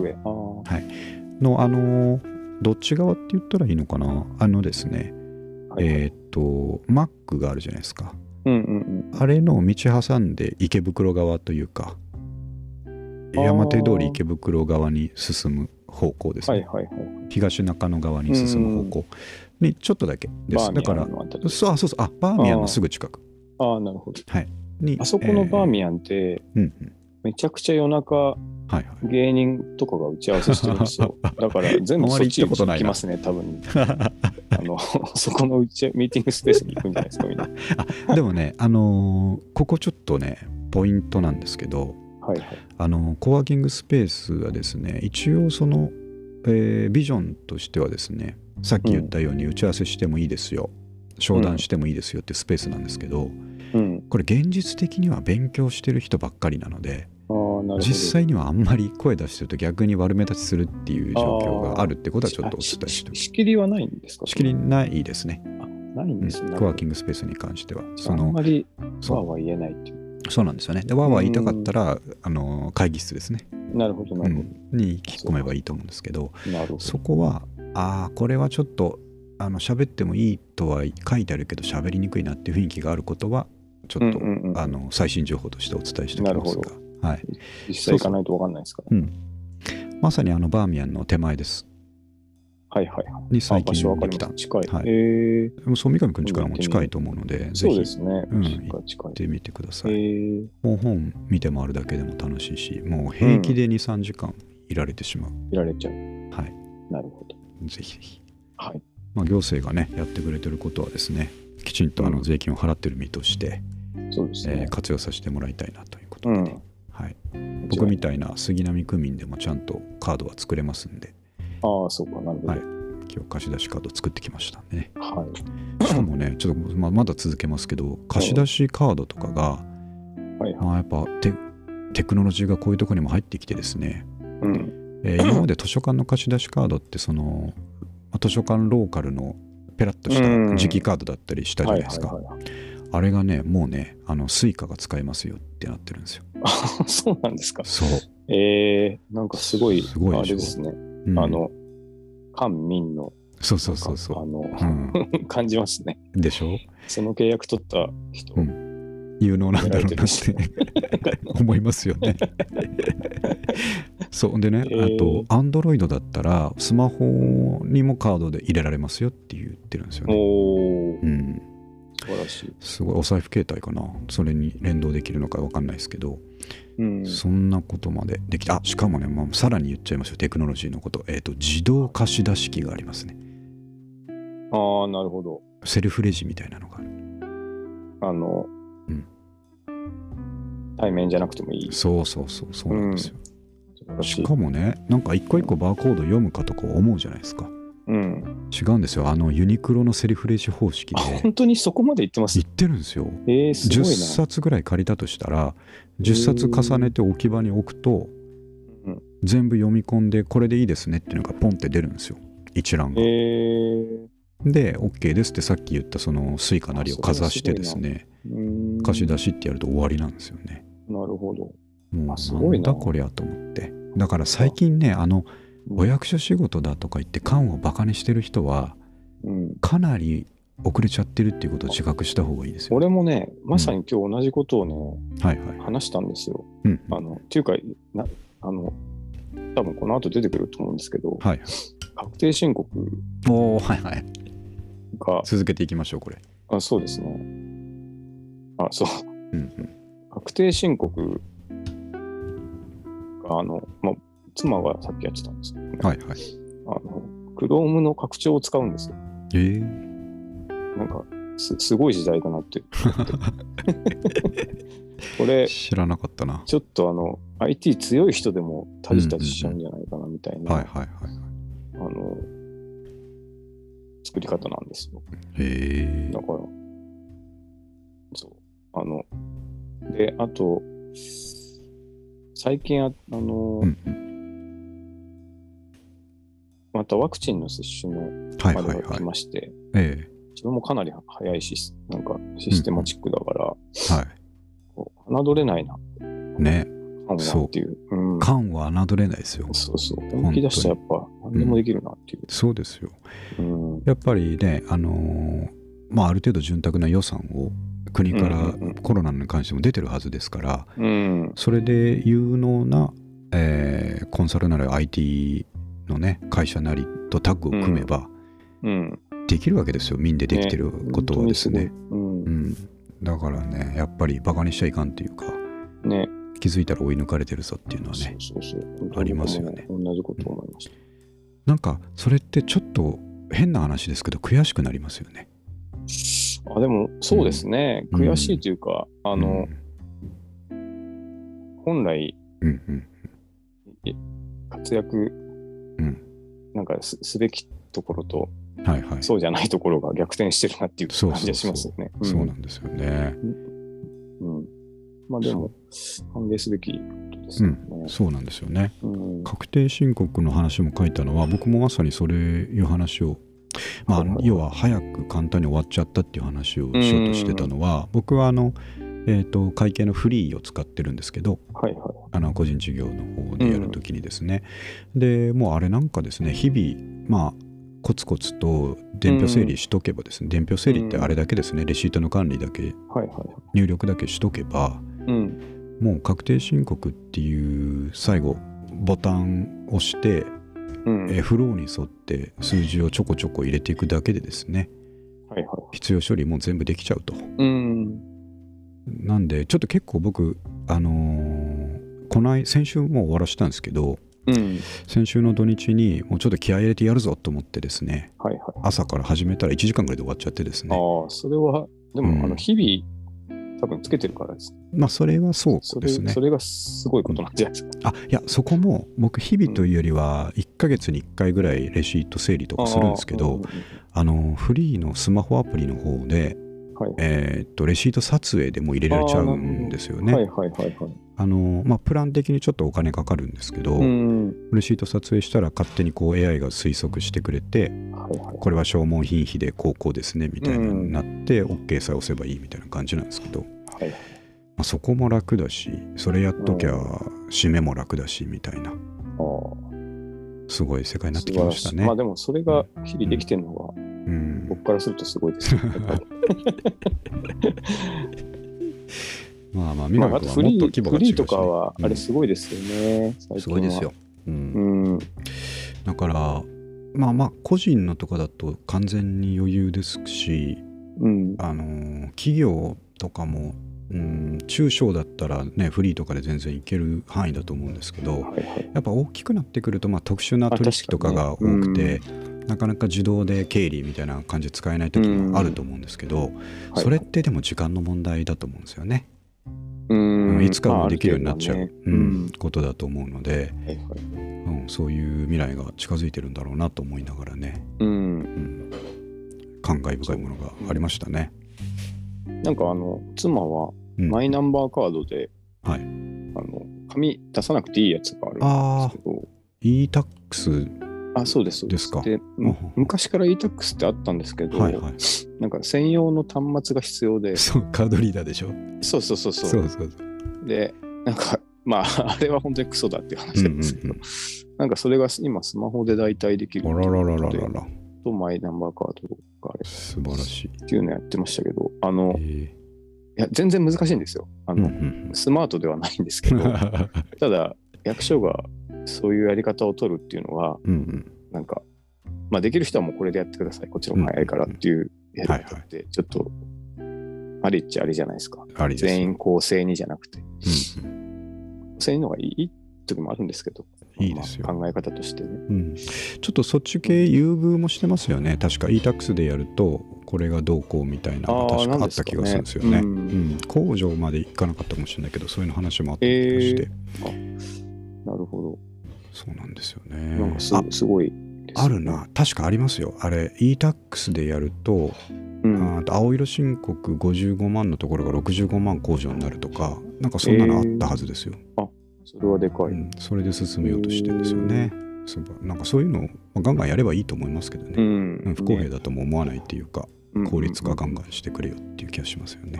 S1: のどっち側って言ったらいいのかな、ですね、マックがあるじゃないですか。あれの道挟んで池袋側というか山手通り池袋側に進む方向ですね。東中野側に進む方向にちょっとだけです。だからそうバーミヤンのすぐ近く。
S2: なるほど。
S1: に
S2: あそこのバーミヤンって、めちゃくちゃ夜中芸人とかが打ち合わせしてるんですよ。だから全部そっちに行きますね、多分。そこのミーティングスペースに行くんじゃないですか、みんな。
S1: でもね、ここちょっとね、ポイントなんですけど、コワーキングスペースはですね、一応その、ビジョンとしてはですね、さっき言ったように打ち合わせしてもいいですよ、商談してもいいですよっていうスペースなんですけど、これ現実的には勉強してる人ばっかりなので、実際にはあんまり声出してると逆に悪目立ちするっていう状況があるってことはちょっとお伝えしてます。
S2: 仕切りはないんですか？
S1: 仕切りないですね。
S2: ないんですね。
S1: コワーキングスペースに関しては
S2: あんまりワーワー言えないっていう。
S1: そうなんですよね。でワーワー言いたかったら会議室ですね。
S2: なるほどなるほど。
S1: に引き込めばいいと思うんですけど、そこはこれはちょっと喋ってもいいとは書いてあるけど喋りにくいなっていう雰囲気があることはちょっと最新情報としてお伝えしておきますが、
S2: 実際行かないと分かんないですから。
S1: まさにバーミヤンの手前です。に最近できた。
S2: 近い。
S1: そう三上くんからも近いと思うので、ぜひ行ってみてください。もう本見て回るだけでも楽しいし、もう平気で2、3時間いられてしまう。
S2: いられちゃう。なるほど。
S1: ぜひぜひ。行政がねやってくれてることはですね、きちんと税金を払ってる身として活用させてもらいたいなということで、僕みたいな杉並区民でもちゃんとカードは作れますんで。
S2: そうか、なるほど。
S1: 今日貸し出しカード作ってきましたね。しかもね、ちょっとまだ続けますけど、貸し出しカードとかが、やっぱテクノロジーがこういうところにも入ってきてですね、今まで図書館の貸し出しカードってその図書館ローカルのペラッとした磁気カードだったりしたじゃないですか。あれがね、もうね、スイカが使えますよってなってるんですよ。
S2: そうなんですか。
S1: そう。
S2: なんかすごいあれですね。官民の感じますね。
S1: でしょ。
S2: その契約取った人、
S1: 有能なんだろうなって思いますよね。そうでね、あとAndroidだったらスマホにもカードで入れられますよって言ってるんですよね。
S2: 素晴らしい。
S1: すごいお財布携帯かな、それに連動できるのか分かんないですけど、そんなことまでできた。しかもね、さらに言っちゃいますよ、テクノロジーのこと。自動貸し出し機がありますね。
S2: なるほど。
S1: セルフレジみたいなのがある。
S2: 対面じゃなくてもいい。
S1: そうなんですよ。しかもね、なんか一個一個バーコード読むかとか思うじゃないですか。
S2: うん、
S1: 違うんですよ。ユニクロのセリフレジ方式で。
S2: 本当にそこまで言ってます？
S1: 言ってるんですよ。
S2: すごいな。
S1: 10冊ぐらい借りたとしたら、10冊重ねて置き場に置くと、全部読み込んで、これでいいですねっていうのがポンって出るんですよ。一覧が。で、OK ですってさっき言ったそのスイカなりをかざしてですね、貸し出しってやると終わりなんですよね。
S2: なるほど。
S1: もうなんだこりゃと思って。だから最近ね、お役所仕事だとか言って缶をバカにしてる人は、かなり遅れちゃってるっていうことを自覚した方がいいですよ。
S2: 俺もね、まさに今日同じことをね、
S1: はいはい、
S2: 話したんですよ。っていうか多分この後出てくると思うんですけど、
S1: はい、
S2: 確定申告
S1: はいはい
S2: が
S1: 続けていきましょうこれ。
S2: そうですね。そう。確定申告が妻がさっきやってたんですけどね。はいはい。Chrome の拡張を使うんですよ。なんかすごい時代だなってこれ
S1: 知らなかったな。
S2: ちょっとIT 強い人でもタジタジしちゃうんじゃないかなみたいな作り方なんですよ。だからそうで、あと最近またワクチンの接種のまでが来まして、それもかなり早いし、なんかシステマチックだから、侮れないな。
S1: ね。
S2: 缶はっていう。
S1: 缶は侮れないですよ。
S2: そうそう。本気出したらやっぱ何でもできるなっていう。
S1: そうですよ。やっぱりね、ある程度潤沢な予算を国からコロナに関しても出てるはずですから、それで有能な、コンサルなり IT のね会社なりとタッグを組めばできるわけですよ。民でできてることはですね。だからね、やっぱりバカにしちゃいかんっていうか、気づいたら追い抜かれてるぞっていうのはね、ありますよね。
S2: 同じこと思いました。
S1: なんかそれってちょっと変な話ですけど悔しくなりますよね。
S2: でもそうですね、悔しいというか、本来、活躍、なんかすべきところと、そうじゃないところが逆転してるなっていう感じがしますよね。
S1: そうなんですよね。
S2: でも歓迎すべきことですよね。
S1: そうなんですよね。確定申告の話も書いたのは、僕もまさにそれいう話を、要は早く簡単に終わっちゃったっていう話をしようとしてたのは、僕は会計のフリーを使ってるんですけど、個人事業の方でやるときにですね、でもうあれなんかですね、日々コツコツと伝票整理しとけばですね、伝票整理ってあれだけですね、レシートの管理だけ、入力だけしとけば、もう確定申告っていう最後ボタンを押して、フローに沿って数字をちょこちょこ入れていくだけでですね、必要処理も全部できちゃうと。なんでちょっと結構僕先週もう終わらしたんですけど、先週の土日にもうちょっと気合い入れてやるぞと思ってですね、朝から始めたら1時間ぐらいで終わっちゃってですね。
S2: それはでも日々多分つけてるからです。
S1: それはそうですね。
S2: それがすごいことなんじゃないですか。
S1: いや、そこも僕日々というよりは1ヶ月に1回ぐらいレシート整理とかするんですけど、フリーのスマホアプリの方で、レシート撮影でも入れられちゃうんですよね。プラン的にちょっとお金かかるんですけど、レシート撮影したら勝手にこう AI が推測してくれて、これは消耗品費でこうですねみたいになって OK さえ押せばいいみたいな感じなんですけど、そこも楽だし、それやっときゃ締めも楽だしみたいな、すごい世界になってきましたね。
S2: でもそれが日々できてるのは、僕からするとすごいですね。あとフリーとかはあれすごいですよね。
S1: すごいですよ。だから個人のとかだと完全に余裕ですし、企業とかも中小だったらねフリーとかで全然いける範囲だと思うんですけど、やっぱ大きくなってくると特殊な取引とかが多くて、なかなか自動で経理みたいな感じで使えない時もあると思うんですけど、それってでも時間の問題だと思うんですよね。いつかもできるようになっちゃうことだと思うので、 そういう未来が近づいてるんだろうなと思いながらね、感慨深いものがありましたね。
S2: なんか妻はマイナンバーカードで、紙出さなくていいやつがあるんですけど、
S1: e-tax
S2: そうです
S1: か。
S2: で昔から e-tax ってあったんですけど、なんか専用の端末が必要で、
S1: そう、カードリーダーでしょ。
S2: そうで、なんかあれは本当にクソだっていう話なんですけど、なんかそれが今スマホで代替できるっていうので、とマイナンバーカードがあれ
S1: 素晴らしい
S2: っていうのやってましたけど、いや全然難しいんですよ。スマートではないんですけど、ただ役所がそういうやり方を取るっていうのは、なんか、できる人はもうこれでやってください、こっちの方が早いからっていうやり方って、ちょっとありっちゃありじゃないですか。全員公正にじゃなくて。公正にのがいい時もあるんですけど、
S1: いいですよ、
S2: 考え方としてね。
S1: ちょっとそっち系優遇もしてますよね。確か e-tax でやると、これがどうこうみたいなのが確かあった気がするんですよね。控除までいかなかったかもしれないけど、そういうの話もあったりして。
S2: なるほど。
S1: そうなんですよね。
S2: なんかすごいですね。
S1: あるな、確かありますよ。あれ e-tax でやると、青色申告55万のところが65万控除になるとか、なんかそんなのあったはずですよ。
S2: それはでかい。
S1: それで進めようとしてるんですよね。なんかそういうのをガンガンやればいいと思いますけどね。不公平だとも思わないっていうか、効率化ガンガンしてくれよっていう気がしますよね。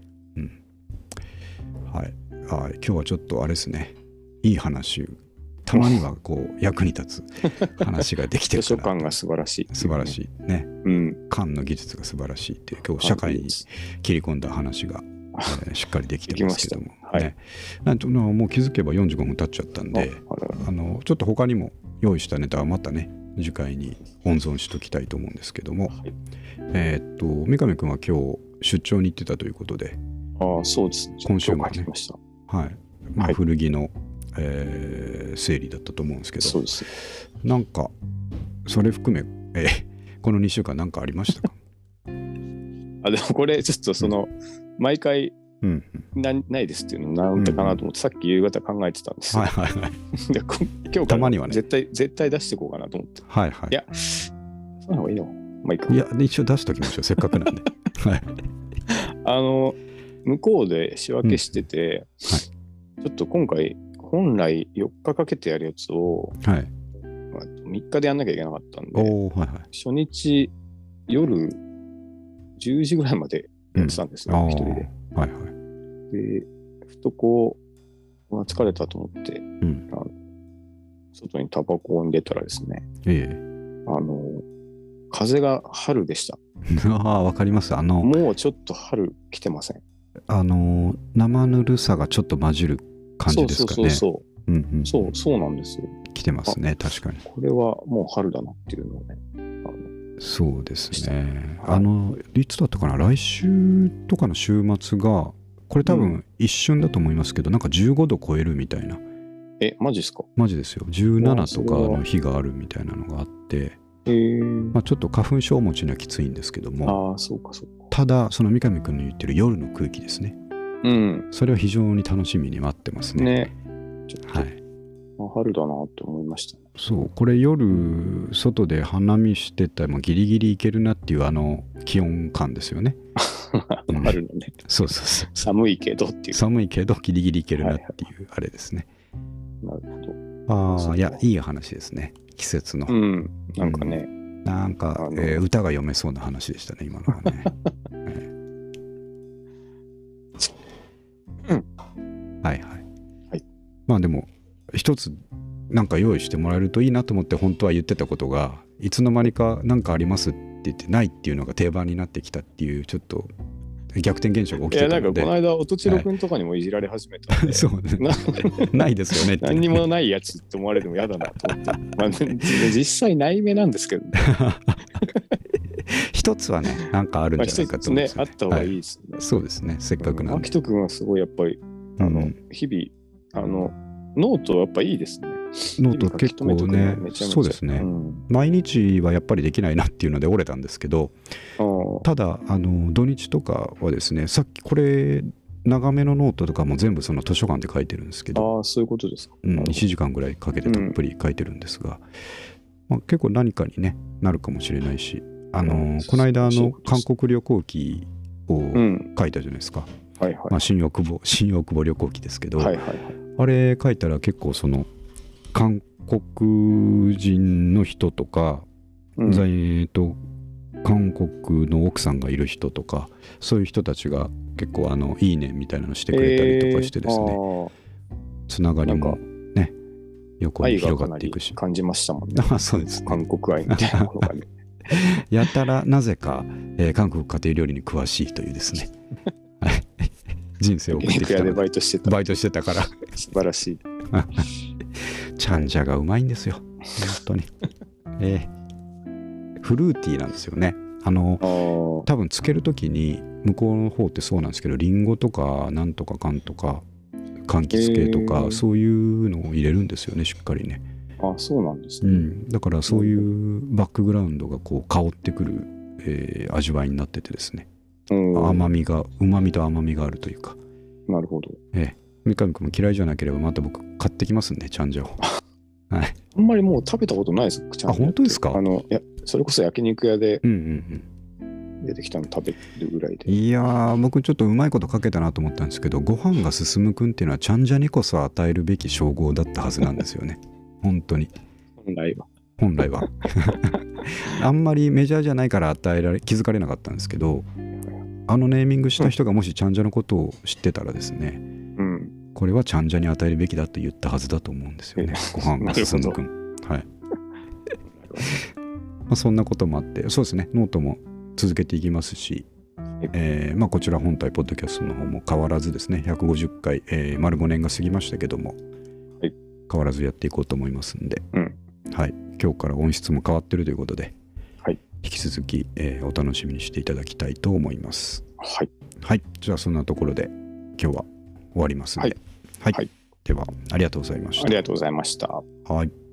S1: 今日はちょっとあれですね、いい話、たまにはこう役に立つ話ができてるかな。
S2: 図書館が素晴らしい。
S1: 素晴らしいね。館の技術が素晴らしいっていう、今日社会に切り込んだ話がしっかりできてますけども、なんともう気づけば45分経っちゃったんで、ちょっと他にも用意したネタはまたね、次回に温存しときたいと思うんですけども、三上君は今日出張に行ってたということで、
S2: そうですね。
S1: 今週もね、古着の整理だったと思うんですけど、なんかそれ含め、この2週間なんかありましたか？
S2: でもこれちょっと毎回ないですっていうのなんてかなと思って、さっき夕方考えてたんですよ。今日から絶対出していこうかなと思って。いや、そういうのがいいの。
S1: いや、一応出しときましょう、せっかくなんで。
S2: 向こうで仕分けしてて、ちょっと今回本来4日かけてやるやつを、3日でやんなきゃいけなかったんで、初日夜10時ぐらいまでやってたんですよ、一人で。で、ふと疲れたと思って、外にタバコを入れたらですね、風が春でした。
S1: わかります。
S2: もうちょっと春来てません。
S1: 生ぬるさがちょっと混じる感じですかね。
S2: そうなんですよ。
S1: 来てますね、確かに。
S2: これはもう春だなっていうのをね。
S1: そうですね。いつだったかな、来週とかの週末が、これ多分一瞬だと思いますけど、なんか15度超えるみたいな。
S2: マジですか？
S1: マジですよ。17とかの日があるみたいなのがあって、ちょっと花粉症持ちにはきついんですけども、ただその三上君の言ってる夜の空気ですね。それは非常に楽しみに待ってますね。
S2: ちょっと、春だなって思いましたね。
S1: そう、これ夜外で花見してたらギリギリいけるなっていう気温感ですよね。
S2: 春のね。そう。寒いけどっていう。
S1: 寒いけどギリギリいけるなっていうあれですね。
S2: なるほど。
S1: いや、いい話ですね。季節の。
S2: なんかね。
S1: なんか、歌が読めそうな話でしたね、今のはね。でも一つなんか用意してもらえるといいなと思って本当は言ってたことが、いつの間にか何かありますって言ってないっていうのが定番になってきたっていう、ちょっと逆転現象が起きてたので。
S2: なんかこの間音千代くんとかにもいじられ始めたんで、
S1: そうないですよねって、
S2: 何にもないやつって思われても嫌だなと思って、実際ない目なんですけどね。
S1: 一つはね、なんかあるんじゃないかと思うんですよね。
S2: あった方がいいですね。
S1: そうですね、せっかくなんで。
S2: 秋人くんはすごいやっぱり日々ノートやっぱいいですね。
S1: ノート結構ね、そうですね、毎日はやっぱりできないなっていうので折れたんですけど、ただ土日とかはですね、さっきこれ長めのノートとかも全部その図書館で書いてるんですけど、
S2: そういうことですか。
S1: 1時間ぐらいかけてたっぷり書いてるんですが、結構何かにねなるかもしれないし、この間韓国旅行記を書いたじゃないですか。新大久保旅行記ですけど、あれ書いたら結構その韓国人の人とか、韓国の奥さんがいる人とか、そういう人たちが結構いいねみたいなのしてくれたりとかしてですね、つながりもね横に広がっていくし、
S2: 愛がかなり感じましたもんね。
S1: そうですね、
S2: 韓国愛みたいなものがね
S1: やたらなぜか、韓国家庭料理に詳しいというですね人生を送ってきたのでバイトしてたから
S2: 素晴らしい
S1: チャンジャがうまいんですよ本当にフルーティーなんですよね。多分つけるときに向こうの方ってそうなんですけど、リンゴとかなんとかかんとか柑橘系とかそういうのを入れるんですよね、しっかりね。
S2: そうなんですね。
S1: だからそういうバックグラウンドがこう香ってくる、味わいになっててですね、うまみと甘みがあるというか。
S2: なるほど。
S1: 三上君も嫌いじゃなければまた僕買ってきますんで、チャンジャを。
S2: あんまりもう食べたことないです、チャンジャ。
S1: 本当ですか？
S2: いや、それこそ焼肉屋で出てきたの食べるぐらいで。
S1: いやー、僕ちょっとうまいことかけたなと思ったんですけど、ご飯が進む君っていうのはチャンジャにこそ与えるべき称号だったはずなんですよね本当に本来はあんまりメジャーじゃないから気づかれなかったんですけど、ネーミングした人がもしチャンジャのことを知ってたらですね、これはチャンジャに与えるべきだと言ったはずだと思うんですよね、ご飯が進む君。そんなこともあって、そうですね、ノートも続けていきますし、こちら本体ポッドキャストの方も変わらずですね、150回、丸5年が過ぎましたけども、変わらずやっていこうと思いますんで、今日から音質も変わってるということで、引き続き、お楽しみにしていただきたいと思います。じゃあそんなところで今日は終わりますので、ではありがとうございました。
S2: ありがとうございました。
S1: はい。